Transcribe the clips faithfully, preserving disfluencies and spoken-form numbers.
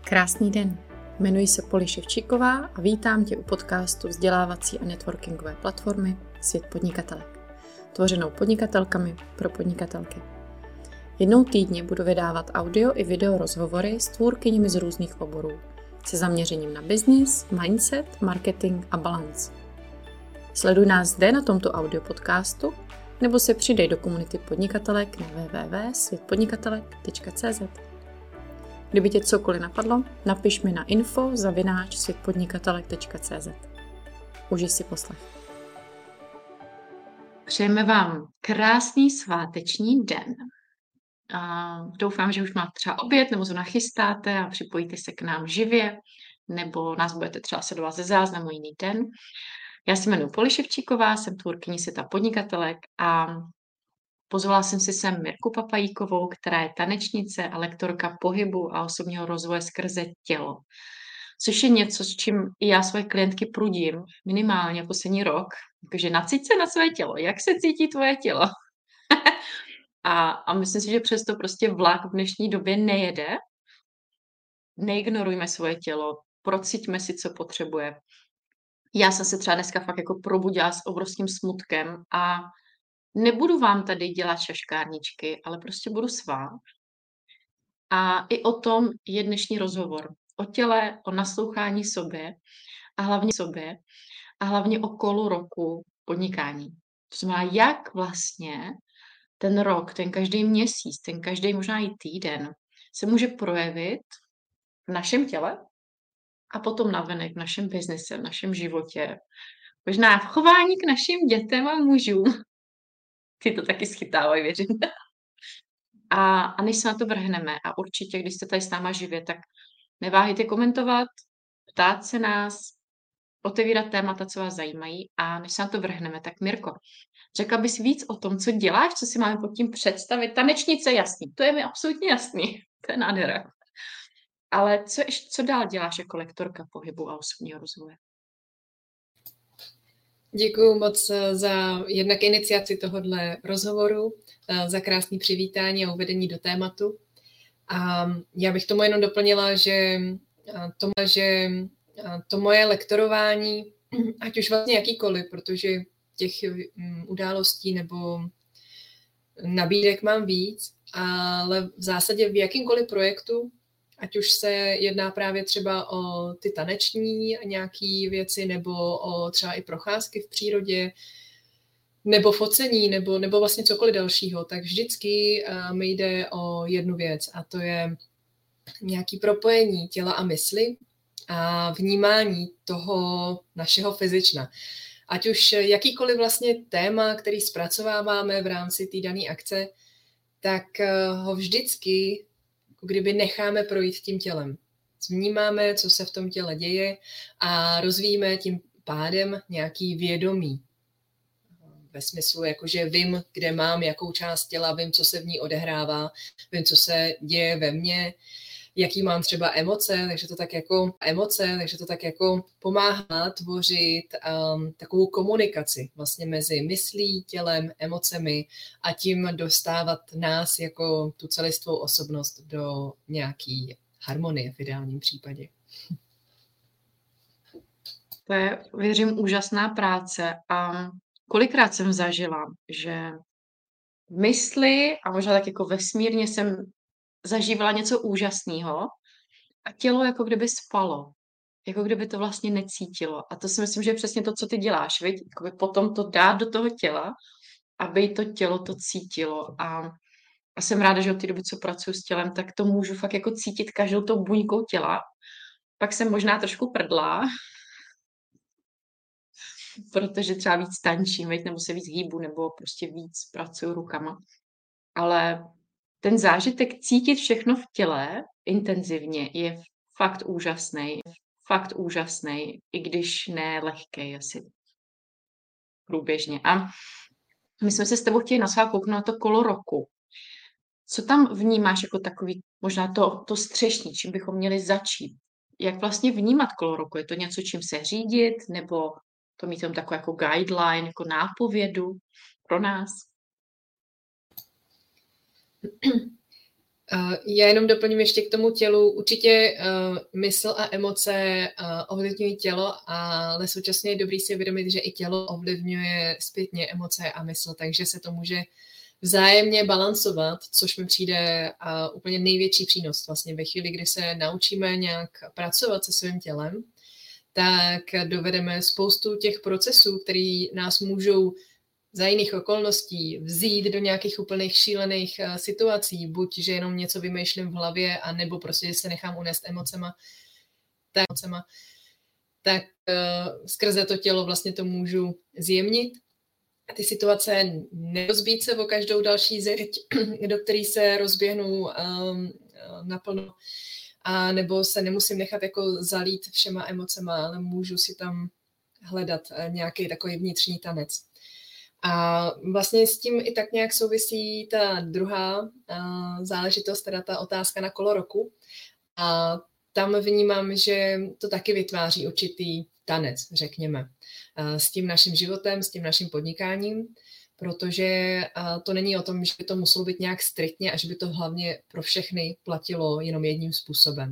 Krásný den, jmenuji se Poli Ševčíková a vítám tě u podcastu vzdělávací a networkingové platformy Svět podnikatelek, tvořenou podnikatelkami pro podnikatelky. Jednou týdně budu vydávat audio i video rozhovory s tvůrkyněmi z různých oborů, se zaměřením na business, mindset, marketing a balance. Sleduj nás zde na tomto audio podcastu nebo se přidej do komunity podnikatelek na w w w tečka svět podnikatelek tečka c z. Kdyby tě cokoliv napadlo, napiš mi na info zavináč svět podnikatelek tečka c z. Užij si poslech. Přejeme vám krásný sváteční den. A doufám, že už máte třeba oběd, nebo se nachystáte a připojíte se k nám živě, nebo nás budete třeba sledovat ze záznamu jiný den. Já se jmenuji Poli Ševčíková, jsem tvůrkyní Světa podnikatelek a pozvala jsem si sem Mirku Papajíkovou, která je tanečnice a lektorka pohybu a osobního rozvoje skrze tělo. Což je něco, s čím i já svoje klientky prudím minimálně poslední rok. Takže nacít se na své tělo. Jak se cítí tvoje tělo? a, a myslím si, že přesto prostě vlak v dnešní době nejede. Neignorujme svoje tělo. Prociťme si, co potřebuje. Já jsem se třeba dneska fakt jako probudila s obrovským smutkem a nebudu vám tady dělat šaškárničky, ale prostě budu s vámi. A i o tom je dnešní rozhovor. O těle, o naslouchání sobě a hlavně sobě a hlavně o kolu roku podnikání. To znamená, jak vlastně ten rok, ten každý měsíc, ten každý možná i týden se může projevit v našem těle a potom navenek v našem biznise, v našem životě. Možná v chování k našim dětem a mužům. Ty to taky schytávají, věřím. A, a než se na to vrhneme, a určitě, když jste tady s náma živě, tak neváhejte komentovat, ptát se nás, otevírat témata, co vás zajímají. A než se na to vrhneme, tak Mirko, řekla bys víc o tom, co děláš, co si máme pod tím představit? Tanečnice, jasný, to je mi absolutně jasný, to je nádhera. Ale co, co dál děláš jako lektorka pohybu a osobního rozvoje? Děkuji moc za jednak iniciaci tohohle rozhovoru, za krásné přivítání a uvedení do tématu. A já bych tomu jenom doplnila, že to, že to moje lektorování, ať už vlastně jakýkoliv, protože těch událostí nebo nabídek mám víc, ale v zásadě v jakýmkoliv projektu, ať už se jedná právě třeba o ty taneční nějaké věci, nebo o třeba i procházky v přírodě, nebo focení, nebo, nebo vlastně cokoliv dalšího, tak vždycky uh, mi jde o jednu věc a to je nějaké propojení těla a mysli a vnímání toho našeho fyzična. Ať už jakýkoliv vlastně téma, který zpracováváme v rámci té dané akce, tak uh, ho vždycky kdyby necháme projít tím tělem. Vnímáme, co se v tom těle děje a rozvíjíme tím pádem nějaký vědomí. Ve smyslu, jakože vím, kde mám, jakou část těla, vím, co se v ní odehrává, vím, co se děje ve mně, jaký mám třeba emoce, takže to tak jako emoce, takže to tak jako pomáhá tvořit um, takovou komunikaci vlastně mezi myslí, tělem, emocemi a tím dostávat nás jako tu celistvou osobnost do nějaký harmonie v ideálním případě. To je, věřím, úžasná práce a kolikrát jsem zažila, že v mysli a možná tak jako vesmírně jsem zažívala něco úžasného a tělo jako kdyby spalo. Jako kdyby to vlastně necítilo. A to si myslím, že je přesně to, co ty děláš, viď? Jakoby potom to dát do toho těla, aby to tělo to cítilo. A, a jsem ráda, že od té doby, co pracuji s tělem, tak to můžu fakt jako cítit každou tou buňkou těla. Pak jsem možná trošku prdlá, protože třeba víc tančím, viď? Nebo se víc hýbu, nebo prostě víc pracuju rukama. Ale ten zážitek cítit všechno v těle intenzivně je fakt úžasný. Fakt úžasný, i když ne lehkej asi průběžně. A my jsme se s tebou chtěli na kouknout na to kolo roku. Co tam vnímáš jako takový, možná to, to střešní, čím bychom měli začít? Jak vlastně vnímat kolo roku? Je to něco, čím se řídit, nebo to mít tam takový jako guideline, jako nápovědu pro nás? Já jenom doplním ještě k tomu tělu. Určitě uh, mysl a emoce uh, ovlivňují tělo, ale současně je dobrý si uvědomit, že i tělo ovlivňuje zpětně emoce a mysl, takže se to může vzájemně balancovat, což mi přijde uh, úplně největší přínos. Vlastně ve chvíli, kdy se naučíme nějak pracovat se svým tělem, tak dovedeme spoustu těch procesů, které nás můžou za jiných okolností vzít do nějakých úplných šílených uh, situací, buď, že jenom něco vymýšlím v hlavě, anebo prostě, že se nechám unést emocema, tak, emocema, tak uh, skrze to tělo vlastně to můžu zjemnit. A ty situace nerozbít se o každou další zeď, do který se rozběhnu um, naplno, a nebo se nemusím nechat jako zalít všema emocema, ale můžu si tam hledat uh, nějaký takový vnitřní tanec. A vlastně s tím i tak nějak souvisí ta druhá uh, záležitost, teda ta otázka na kolo roku. A tam vnímám, že to taky vytváří určitý tanec, řekněme, uh, s tím naším životem, s tím naším podnikáním, protože uh, to není o tom, že by to muselo být nějak striktně a že by to hlavně pro všechny platilo jenom jedním způsobem.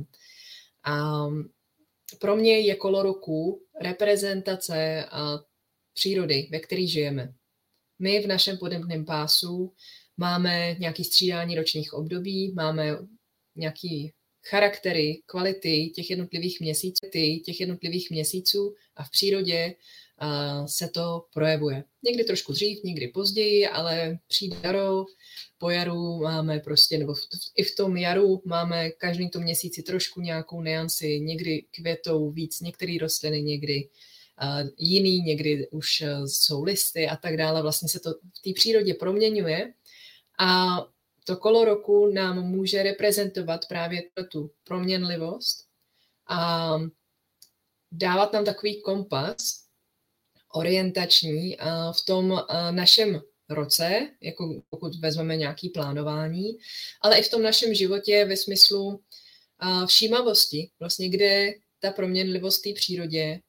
A pro mě je kolo roku reprezentace uh, přírody, ve které žijeme. My v našem podobném pásu máme nějaké střídání ročních období, máme nějaké charaktery, kvality těch jednotlivých měsíců, těch jednotlivých měsíců a v přírodě uh, se to projevuje. Někdy trošku dřív, někdy později, ale přijde jaro, po jaru máme prostě, nebo v, i v tom jaru máme každý tom měsíci trošku nějakou nuanci, někdy květou víc některé rostliny, někdy Uh, jiný, někdy už uh, jsou listy a tak dále. Vlastně se to v té přírodě proměňuje a to kolo roku nám může reprezentovat právě tu proměnlivost a dávat nám takový kompas orientační uh, v tom uh, našem roce, jako pokud vezmeme nějaké plánování, ale i v tom našem životě ve smyslu uh, všímavosti, vlastně kde ta proměnlivost té přírodě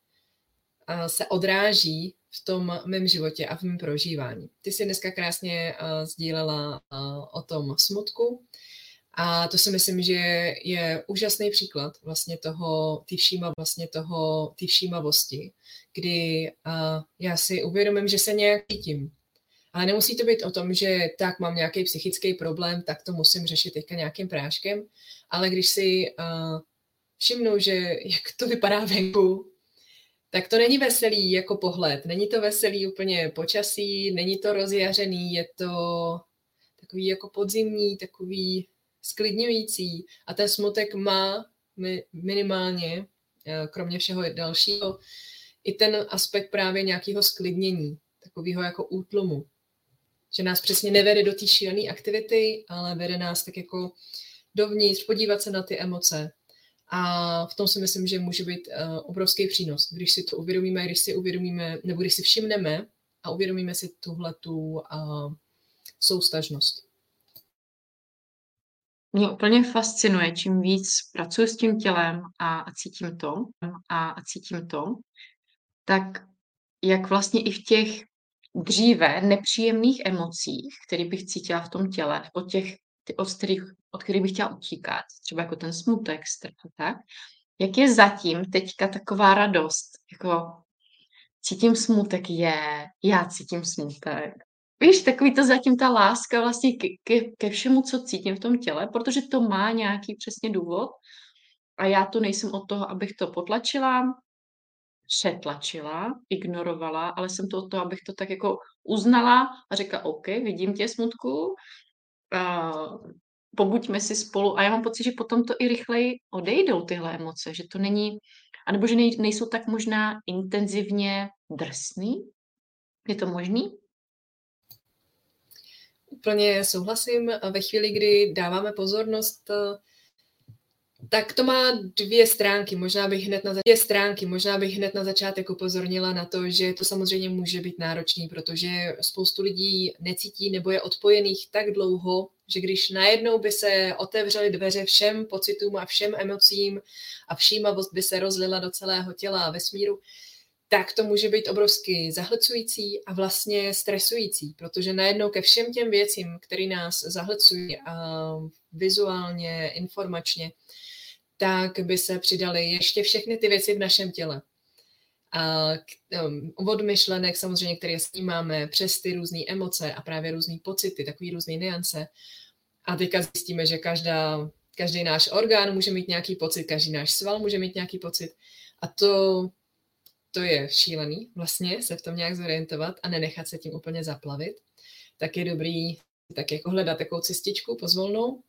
se odráží v tom mém životě a v mém prožívání. Ty jsi dneska krásně uh, sdílela uh, o tom smutku a to si myslím, že je úžasný příklad vlastně toho, ty všíma, vlastně toho, ty všímavosti, kdy uh, já si uvědomím, že se nějak cítím. Ale nemusí to být o tom, že tak mám nějaký psychický problém, tak to musím řešit teďka nějakým práškem, ale když si uh, všimnu, že jak to vypadá venku, tak to není veselý jako pohled, není to veselý úplně počasí, není to rozjařený, je to takový jako podzimní, takový sklidňující a ten smutek má minimálně, kromě všeho dalšího, i ten aspekt právě nějakého sklidnění, takového jako útlumu, že nás přesně nevede do té šílené aktivity, ale vede nás tak jako dovnitř, podívat se na ty emoce. A v tom si myslím, že může být uh, obrovský přínos, když si to uvědomíme, když si uvědomíme, nebo když si všimneme a uvědomíme si tuhletu uh, soustažnost. Mě úplně fascinuje, čím víc pracuji s tím tělem a, a cítím to, a, a cítím to, tak jak vlastně i v těch dříve nepříjemných emocích, které bych cítila v tom těle, od těch, ty, od, kterých, od kterých bych chtěla utíkat, třeba jako ten smutek, strach a tak, jak je zatím teďka taková radost, jako cítím smutek, je, já cítím smutek. Víš, takový to zatím ta láska vlastně ke, ke, ke všemu, co cítím v tom těle, protože to má nějaký přesně důvod a já tu nejsem od toho, abych to potlačila, přetlačila, ignorovala, ale jsem to od toho, abych to tak jako uznala a řekla, OK, vidím tě, smutku, uh, pobuďme si spolu a já mám pocit, že potom to i rychleji odejdou tyhle emoce, že to není, anebo že nej, nejsou tak možná intenzivně drsný. Je to možný? Úplně souhlasím. Ve chvíli, kdy dáváme pozornost, tak to má dvě stránky. Možná bych hned na, za... dvě stránky. Možná bych hned na začátek upozornila na to, že to samozřejmě může být náročný, protože spoustu lidí necítí nebo je odpojených tak dlouho, že když najednou by se otevřely dveře všem pocitům a všem emocím a všímavost by se rozlila do celého těla a vesmíru, tak to může být obrovsky zahlcující a vlastně stresující, protože najednou ke všem těm věcím, které nás zahlcují a vizuálně, informačně, tak by se přidaly ještě všechny ty věci v našem těle. A um, od myšlenek samozřejmě, které snímáme, přes ty různé emoce a právě různé pocity, takový různý nuance. A teďka zjistíme, že každá, každý náš orgán může mít nějaký pocit, každý náš sval může mít nějaký pocit. A to, to je šílený vlastně se v tom nějak zorientovat a nenechat se tím úplně zaplavit. Tak je dobrý tak jako hledat takovou cestičku pozvolnou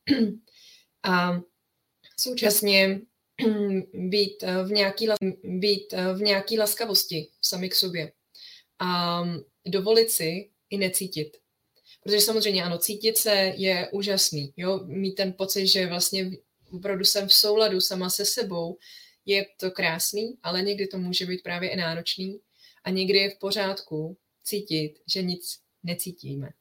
a současně být v nějaký, být v nějaký laskavosti sami k sobě a dovolit si i necítit. Protože samozřejmě ano, cítit se je úžasný. Jo? Mít ten pocit, že vlastně opravdu jsem v souladu sama se sebou, je to krásný, ale někdy to může být právě i náročný a někdy je v pořádku cítit, že nic necítíme.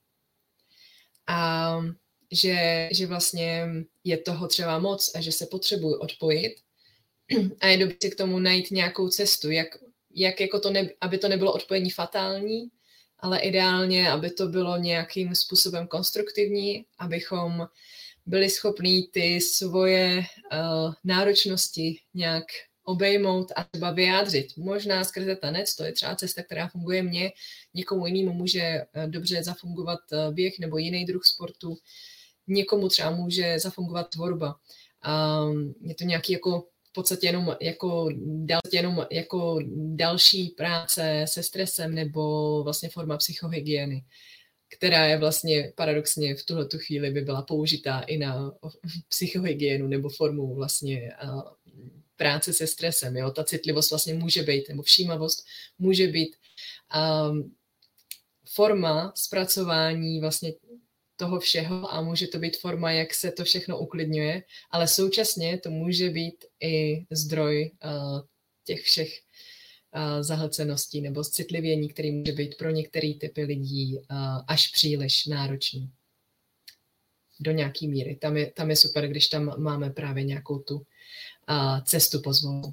A že, že vlastně je toho třeba moc a že se potřebuji odpojit a je dobré si k tomu najít nějakou cestu, jak, jak jako to ne, aby to nebylo odpojení fatální, ale ideálně, aby to bylo nějakým způsobem konstruktivní, abychom byli schopní ty svoje uh, náročnosti nějak obejmout a třeba vyjádřit. Možná skrze tanec, to je třeba cesta, která funguje mně, někomu jinému může dobře zafungovat běh nebo jiný druh sportu, někomu třeba může zafungovat tvorba. Um, je to nějaký jako v podstatě jenom jako, dal, jenom jako další práce se stresem nebo vlastně forma psychohygieny, která je vlastně paradoxně v tuhletu chvíli by byla použitá i na psychohygienu nebo formu vlastně uh, práce se stresem. Jo? Ta citlivost vlastně může být, nebo všímavost může být um, forma zpracování vlastně toho všeho a může to být forma, jak se to všechno uklidňuje, ale současně to může být i zdroj uh, těch všech uh, zahlceností nebo citlivění, který může být pro některé typy lidí uh, až příliš náročný. Do nějaký míry. Tam je, tam je super, když tam máme právě nějakou tu uh, cestu pozvolnou.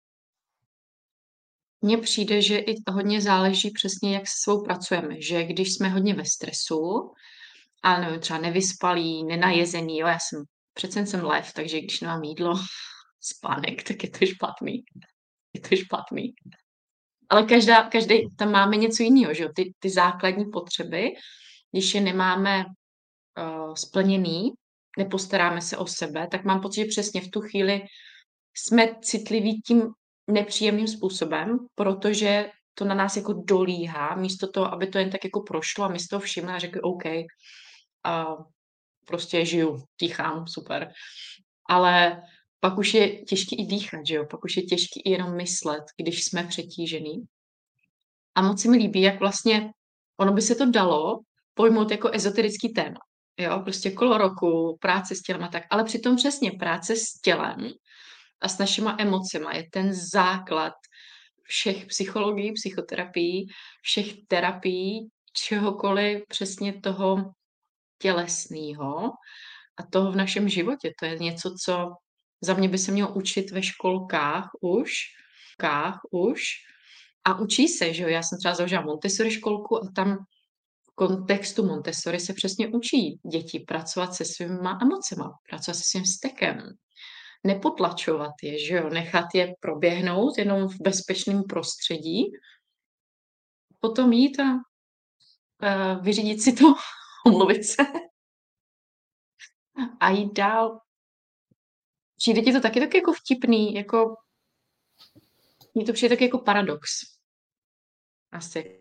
Mně přijde, že i hodně záleží přesně, jak se svou pracujeme, že když jsme hodně ve stresu, a nevím, třeba nevyspalý, nenajezený, jo, já jsem, přece jsem lev, takže když nemám jídlo, spánek, tak je to špatný. Je to špatný. Ale každá, každý, tam máme něco jiného, že jo, ty, ty základní potřeby, když je nemáme uh, splněný, nepostaráme se o sebe, tak mám pocit, že přesně v tu chvíli jsme citliví tím nepříjemným způsobem, protože to na nás jako dolíhá, místo toho, aby to jen tak jako prošlo a my si to všimli a řekli OK, a prostě žiju, dýchám, super. Ale pak už je těžký i dýchat, že jo? Pak už je těžký i jenom myslet, když jsme přetížený. A moc se mi líbí, jak vlastně ono by se to dalo pojmout jako ezoterický téma. Jo, prostě kolo roku, práce s tělem a tak. Ale přitom přesně práce s tělem a s našima emocema je ten základ všech psychologií, psychoterapií, všech terapií, čehokoliv přesně toho tělesného a toho v našem životě. To je něco, co za mě by se mělo učit ve školkách už, školkách už a učí se, že jo. Já jsem třeba založila Montessori školku a tam v kontextu Montessori se přesně učí děti pracovat se svýma emocema, pracovat se svým vztekem, nepotlačovat je, že jo, nechat je proběhnout jenom v bezpečném prostředí, potom jít a uh, vyřídit si to, omluvit se a jít dál. Přijde ti to taky tak jako vtipný, jako mně to přijde taky jako paradox. Asi.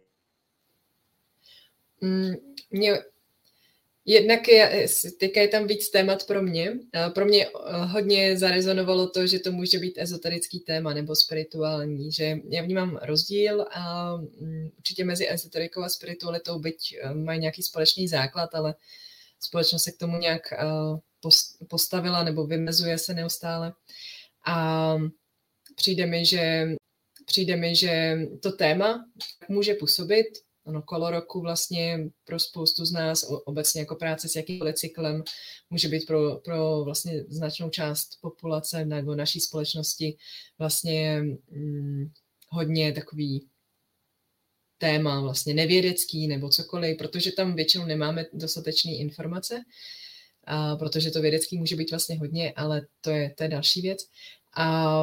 Mm, mě, jednak je, teďka je tam víc témat pro mě. Pro mě hodně zarezonovalo to, že to může být ezoterický téma nebo spirituální, že já vnímám rozdíl a určitě mezi ezoterikou a spiritualitou, byť mají nějaký společný základ, ale společnost se k tomu nějak postavila nebo vymezuje se neustále. A přijde mi, že, přijde mi, že to téma může působit. Ono kolo roku vlastně pro spoustu z nás, obecně jako práce s jakýmkoliv cyklem, může být pro, pro vlastně značnou část populace nebo naší společnosti vlastně hm, hodně takový téma vlastně nevědecký nebo cokoliv, protože tam většinou nemáme dostatečné informace. a protože to vědecký může být vlastně hodně, ale to je, to je další věc. A,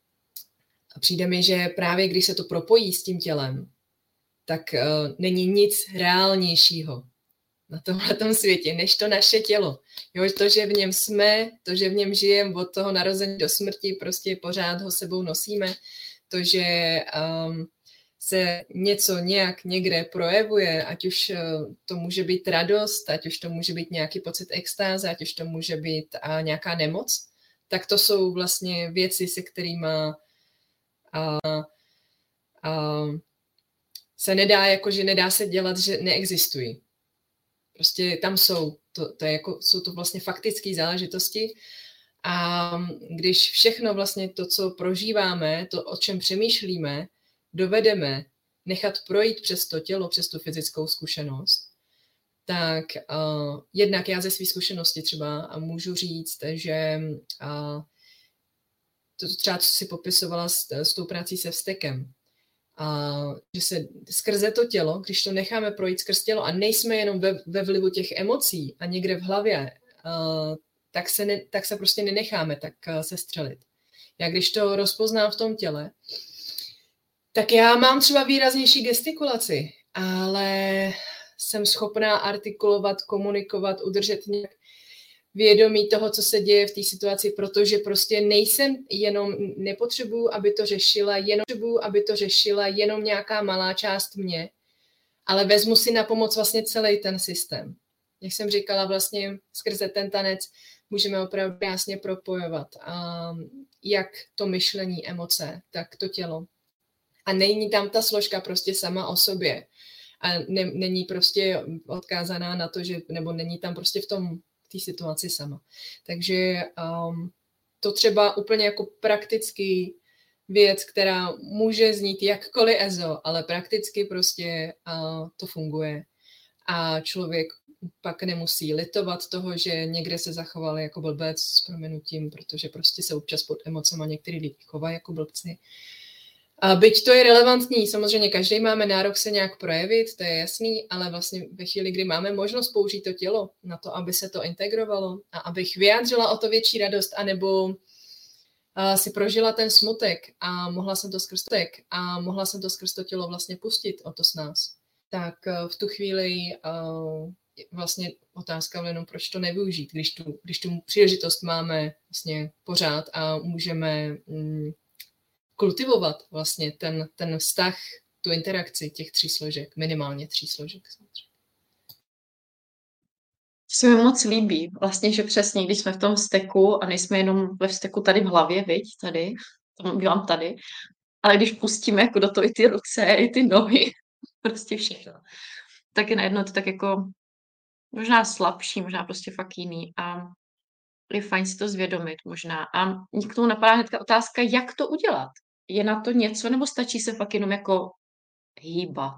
a přijde mi, že právě když se to propojí s tím tělem, tak uh, není nic reálnějšího na tomhletom světě, než to naše tělo. Jo, to, že v něm jsme, to, že v něm žijeme od toho narození do smrti, prostě pořád ho sebou nosíme, to, že um, se něco nějak někde projevuje, ať už uh, to může být radost, ať už to může být nějaký pocit extáze, ať už to může být uh, nějaká nemoc, tak to jsou vlastně věci, se kterými uh, uh, se nedá, jakože nedá se dělat, že neexistují. Prostě tam jsou, to, to je jako, jsou to vlastně faktické záležitosti a když všechno vlastně to, co prožíváme, to, o čem přemýšlíme, dovedeme nechat projít přes to tělo, přes tu fyzickou zkušenost, tak uh, jednak já ze své zkušenosti třeba můžu říct, že uh, to třeba, co si popisovala s, s tou prací se vztekem, a že se skrze to tělo, když to necháme projít skrz tělo a nejsme jenom ve, ve vlivu těch emocí a někde v hlavě, uh, tak, se ne, tak se prostě nenecháme tak uh, se střelit. Já když to rozpoznám v tom těle, tak já mám třeba výraznější gestikulaci, ale jsem schopná artikulovat, komunikovat, udržet nějak vědomí toho, co se děje v té situaci, protože prostě nejsem jenom, nepotřebuju, aby to řešila jenom, aby to řešila jenom nějaká malá část mě, ale vezmu si na pomoc vlastně celý ten systém. Jak jsem říkala, vlastně skrze ten tanec můžeme opravdu jasně propojovat um, jak to myšlení, emoce, tak to tělo. A není tam ta složka prostě sama o sobě. A ne, není prostě odkázaná na to, že, nebo není tam prostě v tom té situaci sama. Takže um, to třeba úplně jako praktický věc, která může znít jakkoliv ezo, ale prakticky prostě uh, to funguje. A člověk pak nemusí litovat toho, že někde se zachoval jako blbec s prominutím, protože prostě se občas pod emocema některý lidi chovají jako blbci. A byť to je relevantní, samozřejmě každý máme nárok se nějak projevit, to je jasný, ale vlastně ve chvíli, kdy máme možnost použít to tělo na to, aby se to integrovalo a abych vyjádřila o to větší radost, anebo uh, si prožila ten smutek a mohla jsem to skrz to a mohla jsem to skrz to tělo vlastně pustit o to s nás, tak uh, v tu chvíli uh, vlastně otázka jenom, proč to nevyužít, když tu, když tu příležitost máme vlastně pořád a můžeme mm, kultivovat vlastně ten, ten vztah, tu interakci těch tří složek, minimálně tří složek. Se mi moc líbí, vlastně, že přesně, když jsme v tom vzteku a nejsme jenom ve vzteku tady v hlavě, viď, tady, to bývám tady, ale když pustíme jako do toho i ty ruce, i ty nohy, prostě všechno, tak je najednou to tak jako možná slabší, možná prostě fakt jiný a je fajn si to zvědomit možná. A mě k tomu napadá hnedka otázka, jak to udělat? Je na to něco, nebo stačí se fakt jenom jako hýbat?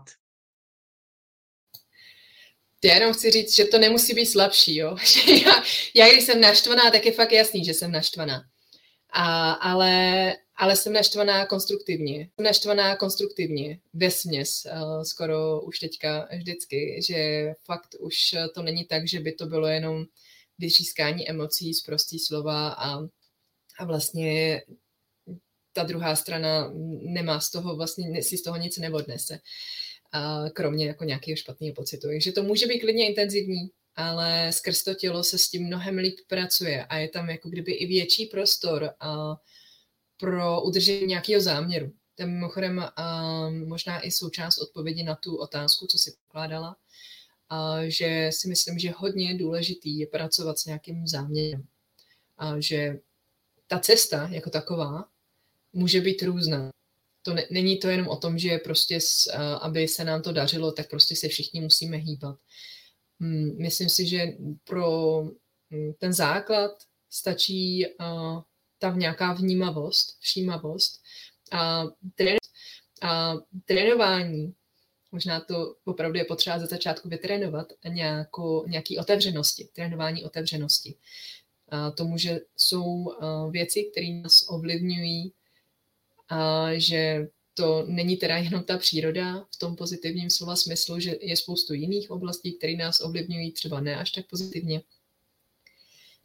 Já jenom chci říct, že to nemusí být slabší, jo. já, já, když jsem naštvaná, tak je fakt jasný, že jsem naštvaná. A, ale, ale jsem naštvaná konstruktivně. Jsem naštvaná konstruktivně, vesměs, uh, skoro už teďka vždycky, že fakt už to není tak, že by to bylo jenom vyřískání emocí, sprostý slova a, a vlastně ta druhá strana nemá z toho vlastně, si z toho nic neodnese, a kromě jako nějakého špatného pocitu. Takže to může být klidně intenzivní, ale skrz to tělo se s tím mnohem líp pracuje a je tam jako kdyby i větší prostor a pro udržení nějakého záměru. To je mimochodem a možná i součást odpovědi na tu otázku, co si pokládala, a že si myslím, že hodně důležitý je pracovat s nějakým záměrem. A že ta cesta jako taková může být různá. To ne, není to jenom o tom, že prostě, aby se nám to dařilo, tak prostě se všichni musíme hýbat. Myslím si, že pro ten základ stačí ta nějaká vnímavost, všímavost a, trén, a trénování. Možná to opravdu je potřeba ze začátku vytrénovat nějakou, nějaký otevřenosti, trénování otevřenosti. A tomu, že jsou věci, které nás ovlivňují, a že to není teda jenom ta příroda v tom pozitivním slova smyslu, že je spoustu jiných oblastí, které nás ovlivňují třeba ne až tak pozitivně.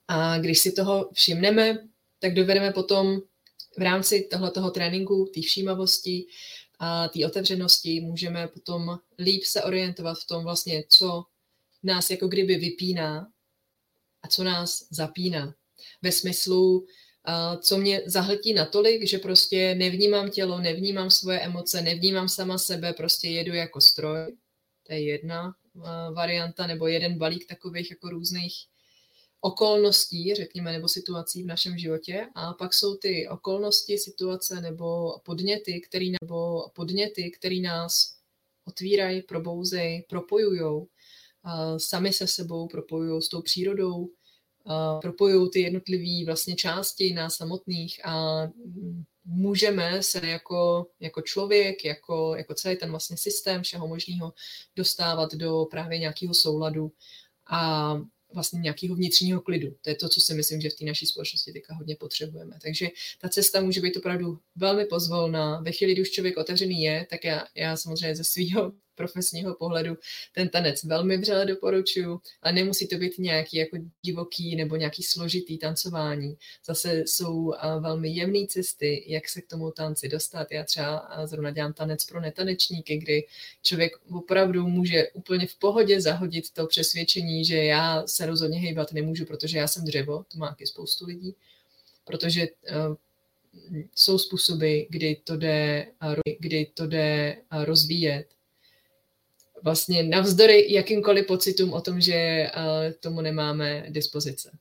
A když si toho všimneme, tak dovedeme potom v rámci tohoto tréninku, té všímavosti a té otevřenosti, můžeme potom líp se orientovat v tom vlastně, co nás jako kdyby vypíná a co nás zapíná. Ve smyslu, co mě zahltí natolik, že prostě nevnímám tělo, nevnímám svoje emoce, nevnímám sama sebe, prostě jedu jako stroj. To je jedna varianta, nebo jeden balík takových jako různých okolností, řekněme, nebo situací v našem životě. A pak jsou ty okolnosti, situace nebo podněty, který, nebo podněty, který nás otvírají, probouzejí, propojujou sami se sebou, propojují s tou přírodou, propojují ty jednotlivé vlastně části nás samotných a můžeme se jako, jako člověk, jako, jako celý ten vlastně systém všeho možného dostávat do právě nějakého souladu a vlastně nějakého vnitřního klidu. To je to, co si myslím, že v té naší společnosti teďka hodně potřebujeme. Takže ta cesta může být opravdu velmi pozvolná. Ve chvíli, kdy už člověk otevřený je, tak já, já samozřejmě ze svého profesního pohledu ten tanec velmi vřele doporučuju, ale nemusí to být nějaký jako divoký nebo nějaký složitý tancování. Zase jsou velmi jemné cesty, jak se k tomu tanci dostat. Já třeba zrovna dělám tanec pro netanečníky, kdy člověk opravdu může úplně v pohodě zahodit to přesvědčení, že já se rozhodně hejbat nemůžu, protože já jsem dřevo, to má taky spoustu lidí, protože uh, jsou způsoby, kdy to jde, kdy to jde rozvíjet. Vlastně navzdory jakýmkoliv pocitům o tom, že uh, tomu nemáme dispozice.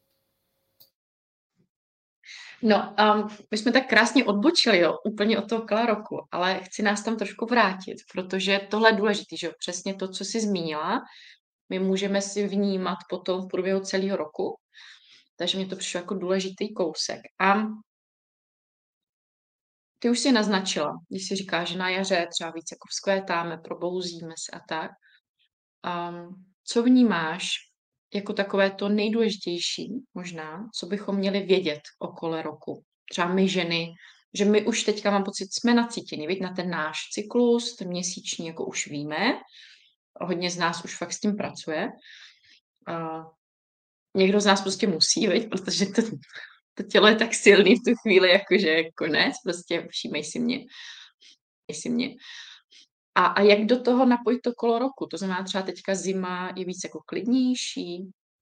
No, um, my jsme tak krásně odbočili, jo, úplně od toho Kalaroku, ale chci nás tam trošku vrátit, protože tohle je důležité, že přesně to, co jsi zmínila, my můžeme si vnímat potom v průběhu celého roku, takže mě to přišlo jako důležitý kousek. A ty už si naznačila, když si říká, že na jaře třeba víc jako vzkvétáme, probouzíme se a tak. Um, co vnímáš jako takové to nejdůležitější možná, co bychom měli vědět okolo roku? Třeba my ženy, že my už teďka mám pocit, jsme nacítěni, viď, na ten náš cyklus, ten měsíční jako už víme, hodně z nás už fakt s tím pracuje. Uh, někdo z nás prostě musí, viď, protože to, to tělo je tak silný v tu chvíli, jakože konec, prostě všímej si mě, všímej si mě. A, a jak do toho napojit to kolo roku? To znamená třeba teďka zima je víc jako klidnější?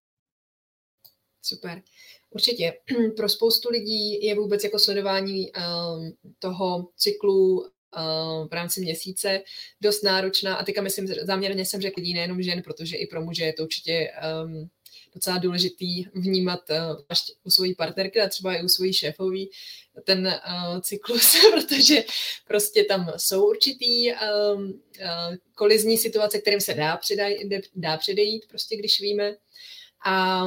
Super. Určitě. Pro spoustu lidí je vůbec jako sledování um, toho cyklu uh, v rámci měsíce dost náročná. A teďka myslím, záměrně jsem řekl lidí, nejenom žen, protože i pro muže je to určitě um, docela důležitý vnímat uh, u svojí partnerky a třeba i u svojí šéfový ten uh, cyklus, protože prostě tam jsou určitý um, uh, kolizní situace, kterým se dá, předaj, dá předejít, prostě když víme. A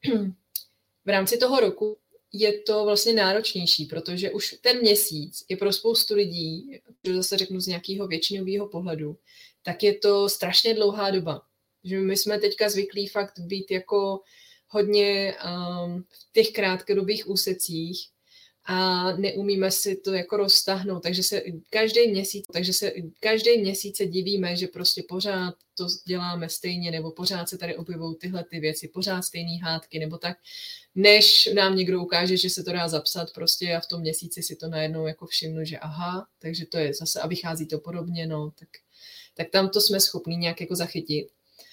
v rámci toho roku je to vlastně náročnější, protože už ten měsíc je pro spoustu lidí, že zase řeknu z nějakého většinového pohledu, tak je to strašně dlouhá doba. Že my jsme teďka zvyklí fakt být jako hodně um, v těch krátkodobých úsecích a neumíme si to jako roztáhnout, takže se každý měsíc, takže se každý měsíc se divíme, že prostě pořád to děláme stejně, nebo pořád se tady objevují tyhle ty věci, pořád stejný hádky, nebo tak, než nám někdo ukáže, že se to dá zapsat prostě a v tom měsíci si to najednou jako všimnu, že aha, takže to je zase a vychází to podobně, no, tak, tak tam to jsme schopní nějak jako zachytit.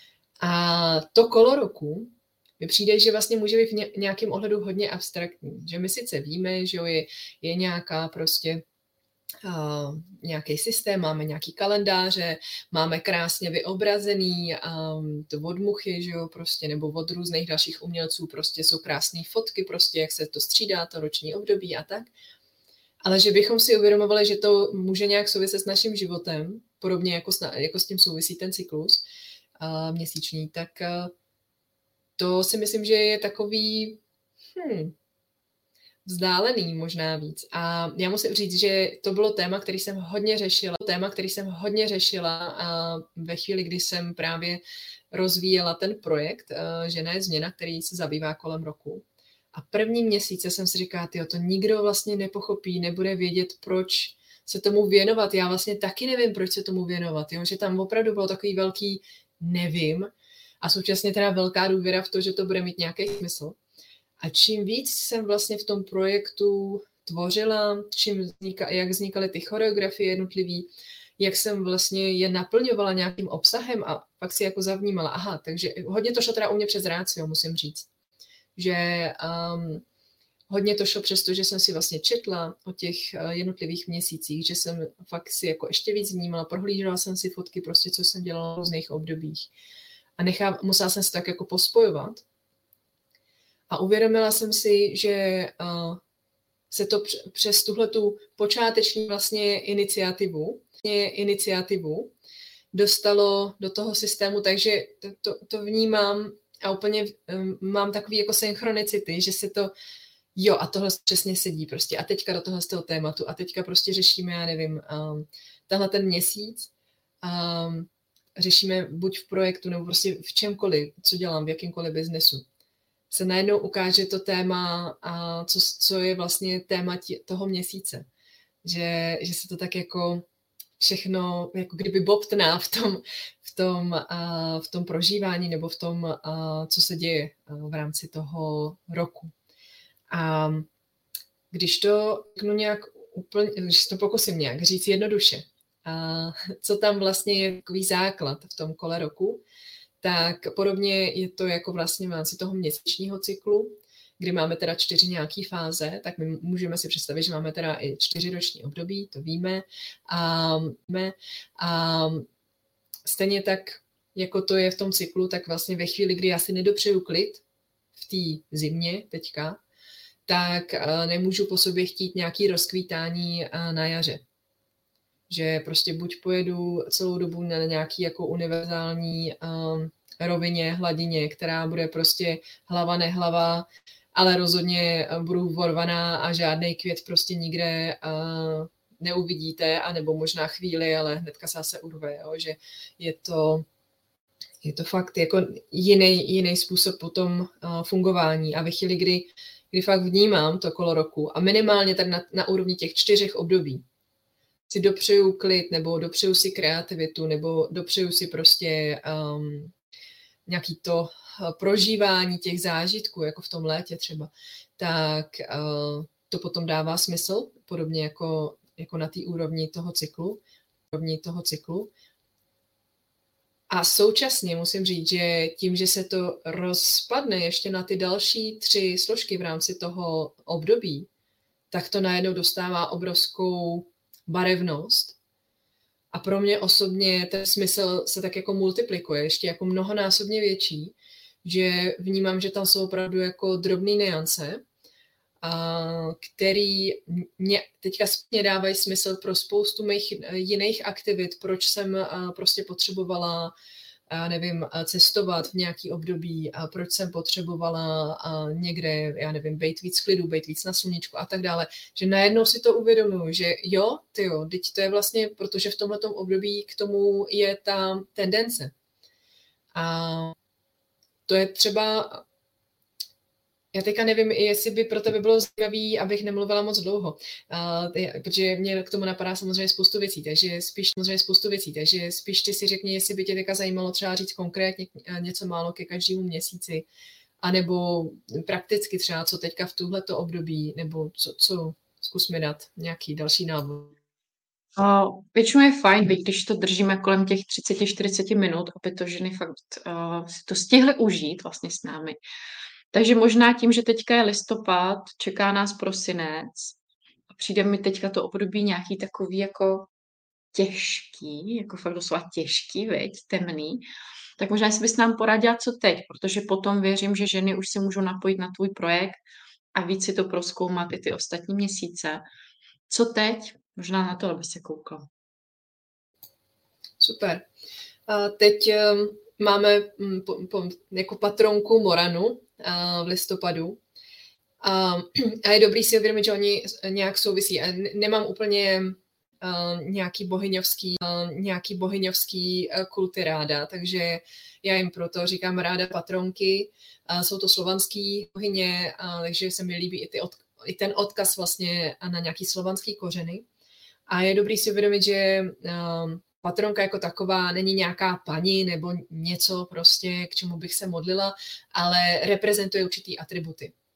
A to kolo roku mi přijde, že vlastně může být v nějakém ohledu hodně abstraktní. Že my sice víme, že je, je nějaká prostě uh, nějaký systém, máme nějaký kalendáře, máme krásně vyobrazený um, to od Muchy, že jo, prostě, nebo od různých dalších umělců, prostě jsou krásné fotky, prostě jak se to střídá, to roční období a tak. Ale že bychom si uvědomovali, že to může nějak souviset s naším životem, podobně jako s, jako s tím souvisí ten cyklus uh, měsíční, tak uh, to si myslím, že je takový hmm, vzdálený možná víc. A já musím říct, že to bylo téma, který jsem hodně řešila. Téma, který jsem hodně řešila a ve chvíli, kdy jsem právě rozvíjela ten projekt Žena je změna, který se zabývá kolem roku. A první měsíce jsem si říkala, tyjo, to nikdo vlastně nepochopí, nebude vědět, proč se tomu věnovat. Já vlastně taky nevím, proč se tomu věnovat. Jo? Že tam opravdu bylo takový velký nevím, a současně teda velká důvěra v to, že to bude mít nějaký smysl. A čím víc jsem vlastně v tom projektu tvořila, čím vznika, jak vznikaly ty choreografie jednotlivý, jak jsem vlastně je naplňovala nějakým obsahem a pak si jako zavnímala, aha, takže hodně to šlo teda u mě přes rácio, musím říct. Že um, hodně to šlo přes to, že jsem si vlastně četla o těch jednotlivých měsících, že jsem fakt si jako ještě víc vnímala, prohlížela jsem si fotky prostě, co jsem dělala v různých obdobích. A nechám, musela jsem se tak jako pospojovat. A uvědomila jsem si, že uh, se to přes tuhletu počáteční vlastně iniciativu, iniciativu dostalo do toho systému, takže to, to, to vnímám a úplně um, mám takový jako synchronicity, že se to, jo a tohle přesně sedí prostě a teďka do toho z toho tématu a teďka prostě řešíme, já nevím, um, tenhle ten měsíc, um, řešíme buď v projektu nebo prostě v čemkoliv, co dělám, v jakýmkoliv biznesu. Se najednou ukáže to téma, a co, co je vlastně téma tě, toho měsíce. Že, že se to tak jako všechno, jako kdyby bobtná v tom, v tom, a, v tom prožívání nebo v tom, a, co se děje v rámci toho roku. A když to řeknu nějak úplně, když to pokusím nějak říct jednoduše, a co tam vlastně je takový základ v tom kole roku, tak podobně je to jako vlastně v rámci toho měsíčního cyklu, kdy máme teda čtyři nějaké fáze, tak my můžeme si představit, že máme teda i čtyři roční období, to víme. A, a stejně tak, jako to je v tom cyklu, tak vlastně ve chvíli, kdy já si nedopřeju klid v té zimě teďka, tak nemůžu po sobě chtít nějaké rozkvítání na jaře. Že prostě buď pojedu celou dobu na nějaký jako univerzální um, rovině, hladině, která bude prostě hlava nehlava, ale rozhodně budu vorvaná a žádný květ prostě nikde uh, neuvidíte, anebo možná chvíli, ale hnedka se zase urve, jo? Že je to, je to fakt jako jiný, jiný způsob potom uh, fungování a ve chvíli, kdy, kdy fakt vnímám to kolo roku a minimálně tak na, na úrovni těch čtyřech období, si dopřeju klid, nebo dopřeju si kreativitu, nebo dopřeju si prostě um, nějaký to prožívání těch zážitků, jako v tom létě třeba, tak uh, to potom dává smysl, podobně jako, jako na té úrovni toho cyklu. Úrovni toho cyklu. A současně musím říct, že tím, že se to rozpadne ještě na ty další tři složky v rámci toho období, tak to najednou dostává obrovskou barevnost. A pro mě osobně ten smysl se tak jako multiplikuje, ještě jako mnohonásobně větší, že vnímám, že tam jsou opravdu jako drobné nuance, který mě teďka zpětně dávají smysl pro spoustu mých jiných aktivit, proč jsem prostě potřebovala, já nevím, cestovat v nějaký období a proč jsem potřebovala někde, já nevím, bejt víc klidu, bejt víc na sluníčku a tak dále. Že najednou si to uvědomuji, že jo, tyjo, teď to je vlastně, protože v tomhletom období k tomu je ta tendence. A to je třeba, já teďka nevím, jestli by pro tebe bylo zajímavý, abych nemluvila moc dlouho, uh, protože mě k tomu napadá samozřejmě spoustu věcí, takže spíš samozřejmě spoustu věcí, takže spíš ty si řekni, jestli by tě teďka zajímalo třeba říct konkrétně něco málo ke každému měsíci, anebo prakticky třeba, co teďka v tuhleto období, nebo co, co zkus mi dát nějaký další návod. Uh, většinou je fajn, byť když to držíme kolem těch třicet až čtyřicet minut, aby to ženy fakt uh, si to stihly užít vlastně s námi. Takže možná tím, že teďka je listopad, čeká nás prosinec a přijde mi teďka to období nějaký takový jako těžký, jako fakt doslova těžký, veď, temný, tak možná jestli bys nám poradila, co teď, protože potom věřím, že ženy už se můžou napojit na tvůj projekt a víc si to prozkoumat i ty ostatní měsíce. Co teď? Možná na to, aby se koukla. Super. A teď um, máme um, po, po, jako patronku Moranu uh, v listopadu. A, a je dobrý si uvědomit, že oni nějak souvisí. A nemám úplně uh, nějaký bohyňovský, uh, nějaký bohyňovský uh, kulty ráda, takže já jim proto říkám ráda patronky. Uh, jsou to slovanský bohyně, uh, takže se mi líbí i, ty od, i ten odkaz vlastně na nějaký slovanský kořeny. A je dobrý si uvědomit, že uh, patronka jako taková není nějaká paní nebo něco prostě, k čemu bych se modlila, ale reprezentuje určitý atributy.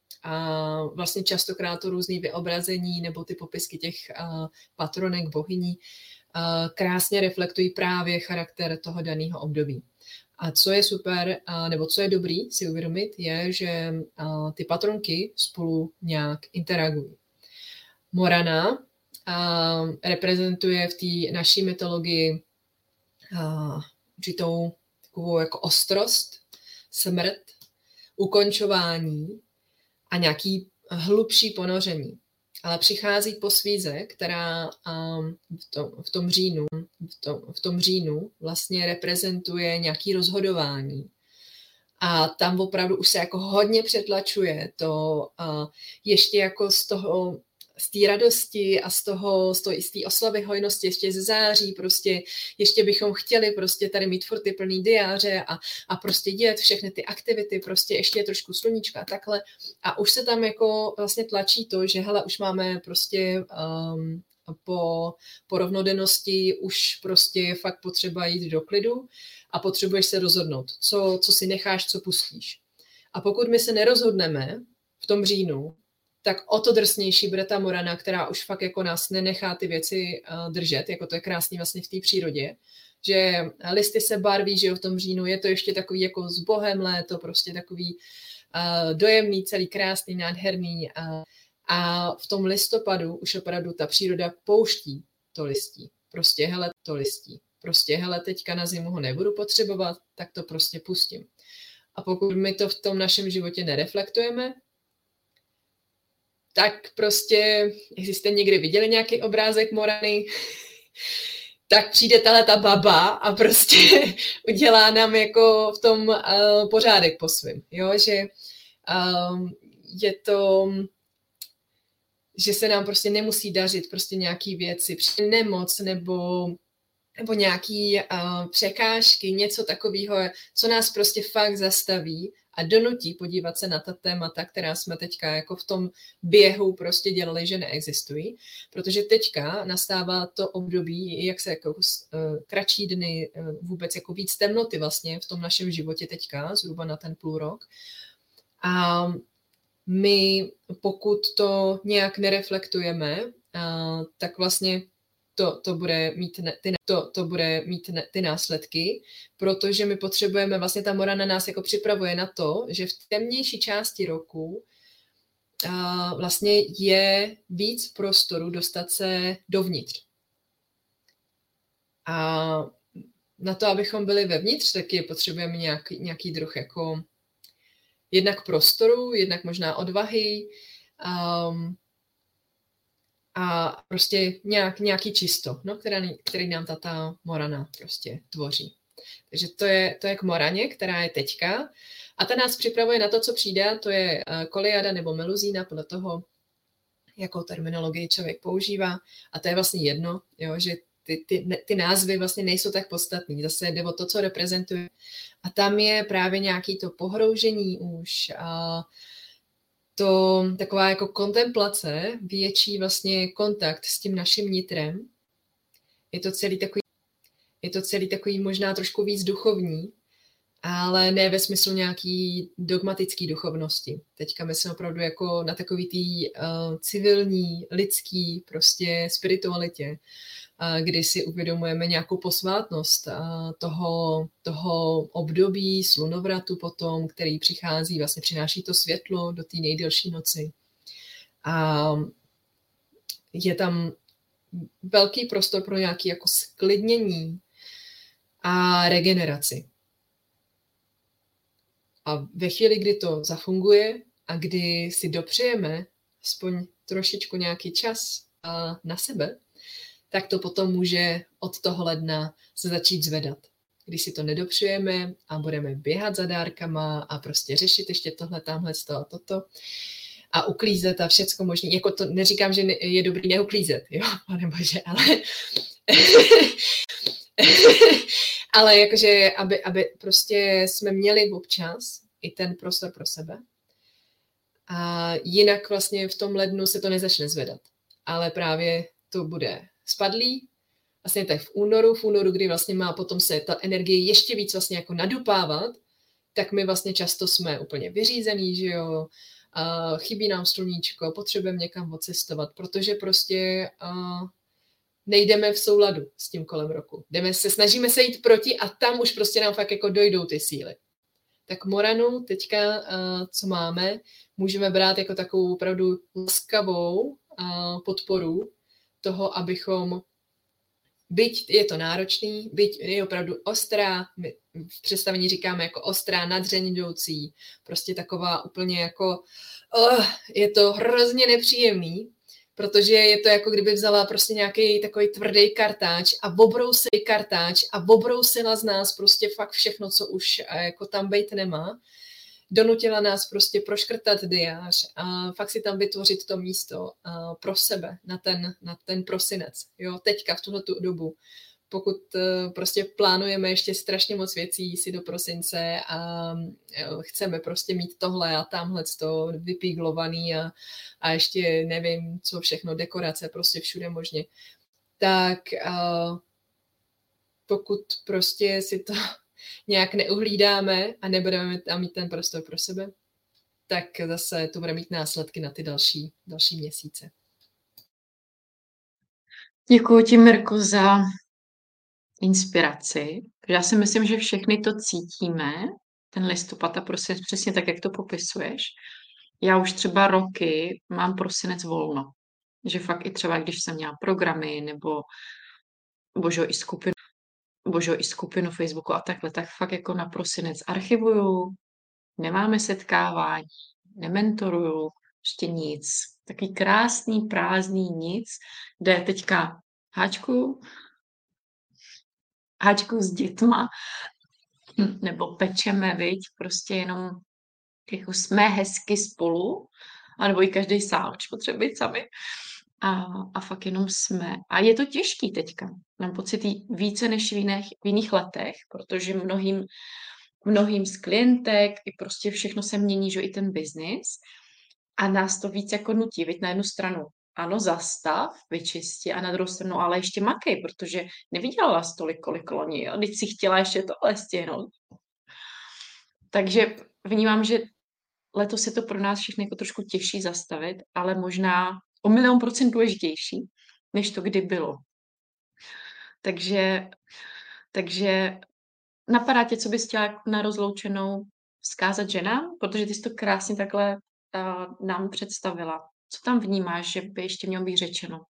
a vlastně častokrát to různý vyobrazení nebo ty popisky těch patronek, bohyní krásně reflektují právě charakter toho daného období. A co je super, nebo co je dobrý si uvědomit, je, že ty patronky spolu nějak interagují. Morana reprezentuje v té naší mytologii určitou takovou jako ostrost, smrt, ukončování a nějaký hlubší ponoření. Ale přichází po svíze, která v tom, v tom říjnu, v tom, v tom říjnu vlastně reprezentuje nějaké rozhodování. A tam opravdu už se jako hodně přetlačuje to ještě jako z toho, z té radosti a z toho, z, toho, z té oslavy hojnosti ještě ze září, prostě ještě bychom chtěli prostě tady mít furt ty plný diáře a, a prostě dělat všechny ty aktivity, prostě ještě trošku sluníčka a takhle. A už se tam jako vlastně tlačí to, že hele, už máme prostě um, po, po rovnodennosti už prostě fakt potřeba jít do klidu a potřebuješ se rozhodnout, co, co si necháš, co pustíš. A pokud my se nerozhodneme v tom říjnu, tak o to drsnější bude ta morana, která už fakt jako nás nenechá ty věci uh, držet, jako to je krásný vlastně v té přírodě, že listy se barví, že jo, v tom říjnu, je to ještě takový jako s bohem léto, prostě takový uh, dojemný, celý krásný, nádherný uh, a v tom listopadu už opravdu ta příroda pouští to listí, prostě hele, to listí, prostě hele, teďka na zimu ho nebudu potřebovat, tak to prostě pustím. A pokud my to v tom našem životě nereflektujeme, tak prostě, jestli jste někdy viděli nějaký obrázek morany, tak přijde tahle ta baba a prostě udělá nám jako v tom uh, pořádek po svým, jo, že um, je to, že se nám prostě nemusí dařit prostě nějaký věci, přijde nemoc nebo nebo nějaký uh, překážky, něco takového, co nás prostě fakt zastaví a donutí podívat se na ta témata, která jsme teďka jako v tom běhu prostě dělali, že neexistují. Protože teďka nastává to období, jak se jako uh, kratší dny, uh, vůbec jako víc temnoty vlastně v tom našem životě teďka, zhruba na ten půl rok. A my, pokud to nějak nereflektujeme, uh, tak vlastně To, to, bude mít ne, ty, to, to bude mít ne, ty následky, protože my potřebujeme, vlastně ta morana nás jako připravuje na to, že v temnější části roku a, vlastně je víc prostoru dostat se dovnitř. A na to, abychom byli vevnitř, taky potřebujeme nějaký, nějaký druh jako jednak prostoru, jednak možná odvahy, um, a prostě nějak, nějaký čisto, no, který, který nám ta morana prostě tvoří. Takže to je, to je k moraně, která je teďka. A ta nás připravuje na to, co přijde, to je koliada nebo meluzína, podle toho, jakou terminologii člověk používá. A to je vlastně jedno, jo, že ty, ty, ty názvy vlastně nejsou tak podstatný. Zase jde o to, co reprezentuje. A tam je právě nějaký to pohroužení už a to taková jako kontemplace, větší vlastně kontakt s tím naším nitrem. Je to celý takový, je to celý takový možná trošku víc duchovní, ale ne ve smyslu nějaký dogmatický duchovnosti. Teďka myslím opravdu jako na takový tý uh, civilní, lidský prostě spiritualitě, uh, kdy si uvědomujeme nějakou posvátnost uh, toho, toho období slunovratu potom, který přichází, vlastně přináší to světlo do té nejdelší noci. A je tam velký prostor pro nějaké jako sklidnění a regeneraci. A ve chvíli, kdy to zafunguje a kdy si dopřejeme aspoň trošičku nějaký čas na sebe, tak to potom může od toho ledna se začít zvedat. Když si to nedopřejeme a budeme běhat za dárkama a prostě řešit ještě tohle, tamhle, to a toto a uklízet a všecko možné. Jako to neříkám, že je dobrý neuklízet, jo, pane bože, ale... Ale jakože, aby, aby prostě jsme měli občas i ten prostor pro sebe. A jinak vlastně v tom lednu se to nezačne zvedat. Ale právě to bude spadlý. Vlastně tak v únoru, v únoru, kdy vlastně má potom se ta energie ještě víc vlastně jako nadupávat, tak my vlastně často jsme úplně vyřízený, že jo. uh, chybí nám sluníčko, potřebujeme někam odcestovat, protože prostě uh, nejdeme v souladu s tím kolem roku. Jdeme se, snažíme se jít proti a tam už prostě nám fakt jako dojdou ty síly. Tak Moranu teďka, uh, co máme, můžeme brát jako takovou opravdu laskavou uh, podporu toho, abychom, byť je to náročný, byť je opravdu ostrá, my v představení říkáme jako ostrá, nadřeň jdoucí, prostě taková úplně jako, uh, je to hrozně nepříjemný, protože je to jako kdyby vzala prostě nějaký takový tvrdý kartáč a obrousil kartáč a obrousila z nás prostě fakt všechno, co už jako tam bejt nemá. Donutila nás prostě proškrtat diář a fakt si tam vytvořit to místo pro sebe na ten, na ten prosinec. Jo, teďka v tuhle dobu. Pokud prostě plánujeme ještě strašně moc věcí si do prosince a chceme prostě mít tohle a tamhle to vypíglovaný a, a ještě nevím, co všechno, dekorace, prostě všude možně, tak uh, pokud prostě si to nějak neuhlídáme a nebudeme tam mít ten prostor pro sebe, tak zase to bude mít následky na ty další, další měsíce. Děkuji ti, Mirko, za inspiraci. Já si myslím, že všechny to cítíme, ten listopad a prosinec, přesně tak, jak to popisuješ. Já už třeba roky mám prosinec volno. Že fakt i třeba, když jsem měla programy nebo božo i skupinu, božo i skupinu Facebooku a takhle, tak fakt jako na prosinec archivuju, nemáme setkávání, nementoruju, ještě nic. Takový krásný, prázdný nic, kde teďka háčkuju, háčkuju s dětma, nebo pečeme, viď, prostě jenom jako jsme hezky spolu, anebo i každý sám, když potřebuje být sami. A, a fakt jenom jsme. A je to těžký teďka. Mám pocit více než v jiných, v jiných letech, protože mnohým, mnohým z klientek i prostě všechno se mění, že i ten biznis. A nás to víc jako nutí, viď, na jednu stranu. Ano, zastav, vyčisti a na druhou stranu ale ještě makej, protože nevydělala jsi tolik, kolik loni, jo? Teď si chtěla ještě tohle stihnout. Takže vnímám, že letos je to pro nás všechny jako trošku těžší zastavit, ale možná o milion procent důležitější, než to kdy bylo. Takže, takže napadá tě, co bys chtěla na rozloučenou vzkázat ženám? Protože ty jsi to krásně takhle uh, nám představila. Co tam vnímáš, že by ještě mělo být řečeno?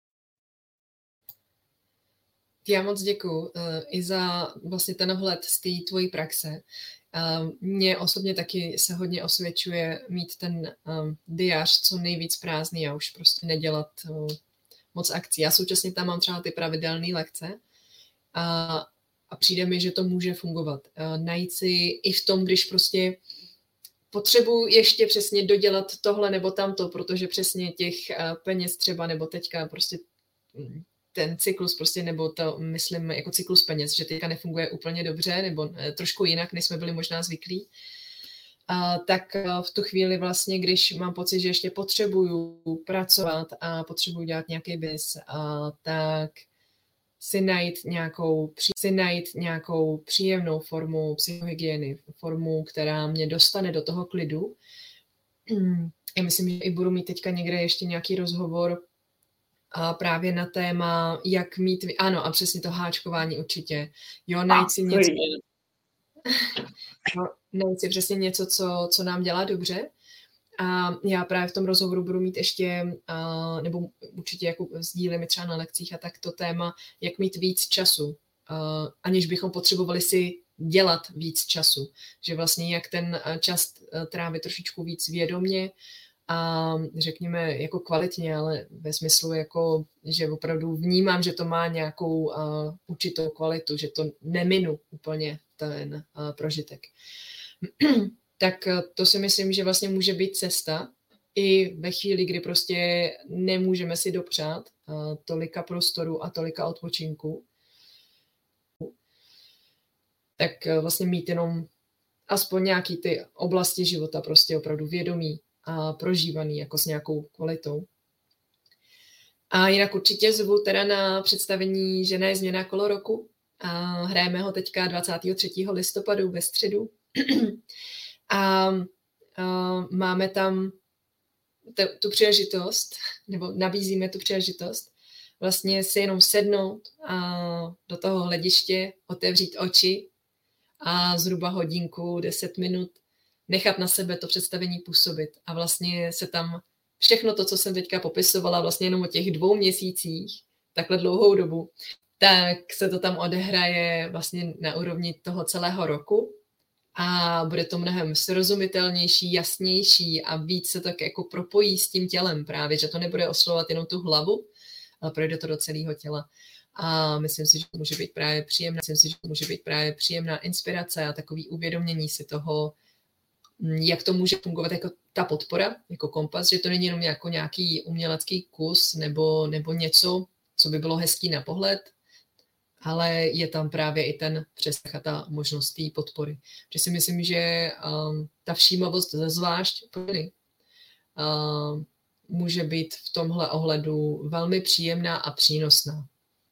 Já moc děkuju uh, i za vlastně ten vhled z té tvojí praxe. Uh, mně osobně taky se hodně osvědčuje mít ten um, diář co nejvíc prázdný a už prostě nedělat uh, moc akcí. Já současně tam mám třeba ty pravidelné lekce a, a přijde mi, že to může fungovat. Uh, najít si i v tom, když prostě potřebuji ještě přesně dodělat tohle nebo tamto, protože přesně těch uh, peněz třeba nebo teďka prostě um, ten cyklus prostě, nebo to myslím jako cyklus peněz, že teďka nefunguje úplně dobře, nebo trošku jinak, než jsme byli možná zvyklí, a tak v tu chvíli vlastně, když mám pocit, že ještě potřebuju pracovat a potřebuju dělat nějaký biz, a tak si najít nějakou, si najít nějakou příjemnou formu psychohygieny, formu, která mě dostane do toho klidu. Já myslím, že i budu mít teďka někde ještě nějaký rozhovor a právě na téma, jak mít, ano, a přesně to háčkování určitě. Jo, najít si něco, no, najít si přesně něco, co, co nám dělá dobře. A já právě v tom rozhovoru budu mít ještě, uh, nebo určitě jako sdílím třeba na lekcích a tak to téma, jak mít víc času, uh, aniž bychom potřebovali si dělat víc času. Že vlastně jak ten čas trávit trošičku víc vědomě, a řekněme jako kvalitně, ale ve smyslu jako, že opravdu vnímám, že to má nějakou uh, určitou kvalitu, že to neminu úplně ten uh, prožitek. Tak uh, to si myslím, že vlastně může být cesta i ve chvíli, kdy prostě nemůžeme si dopřát uh, tolika prostoru a tolika odpočinku, tak uh, vlastně mít jenom aspoň nějaký ty oblasti života prostě opravdu vědomí a prožívaný jako s nějakou kvalitou. A jinak určitě zvu teda na představení Žena je změna kolo roku. A hrajeme ho teďka dvacátého třetího listopadu ve středu. A, a máme tam te, tu příležitost, nebo nabízíme tu příležitost, vlastně si jenom sednout a do toho hlediště, otevřít oči a zhruba hodinku, deset minut nechat na sebe to představení působit. A vlastně se tam všechno to, co jsem teďka popisovala, vlastně jenom o těch dvou měsících, takhle dlouhou dobu, tak se to tam odehraje vlastně na úrovni toho celého roku a bude to mnohem srozumitelnější, jasnější a víc se tak jako propojí s tím tělem právě, že to nebude oslovovat jenom tu hlavu, ale projde to do celého těla. A myslím si, že to může být právě příjemná, myslím si, že to může být právě příjemná inspirace a takový uvědomění si toho, jak to může fungovat jako ta podpora, jako kompas, že to není jenom jako nějaký umělecký kus nebo, nebo něco, co by bylo hezký na pohled, ale je tam právě i ten přesah a ta možnost té podpory. Protože si myslím, že um, ta všímavost zvlášť um, může být v tomhle ohledu velmi příjemná a přínosná.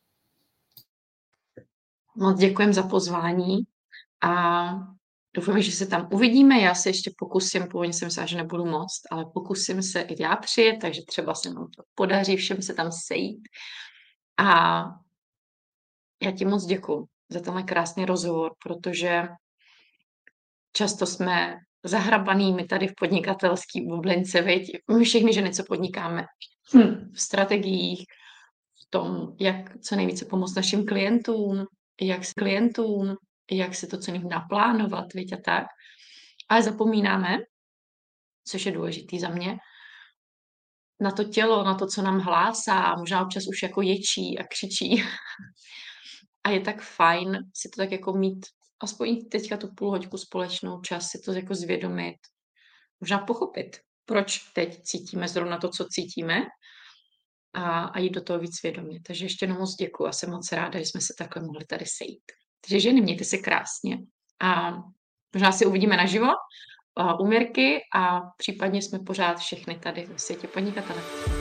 Moc děkujem za pozvání a doufám, že se tam uvidíme. Já se ještě pokusím, původně jsem myslela, že nebudu moct, ale pokusím se i já přijet, takže třeba se nám to podaří všem se tam sejít. A já ti moc děkuju za tenhle krásný rozhovor, protože často jsme zahrabaný my tady v podnikatelský bublince, viď? My všechny ženy, co podnikáme hm, v strategiích, v tom, jak co nejvíce pomoct našim klientům, jak s klientům, jak si to co nejvíc naplánovat, viď, a tak. Ale zapomínáme, což je důležitý za mě, na to tělo, na to, co nám hlásá, možná občas už jako ječí a křičí. A je tak fajn si to tak jako mít, aspoň teďka tu půl hoďku společnou čas, si to jako zvědomit, možná pochopit, proč teď cítíme zrovna to, co cítíme a, a jít do toho víc svědomě. Takže ještě jednou moc děkuju a jsem moc ráda, že jsme se takhle mohli tady sejít. Takže ženy, mějte se krásně a možná si uvidíme naživo u Mirky a případně jsme pořád všechny tady ve světě podnikatele.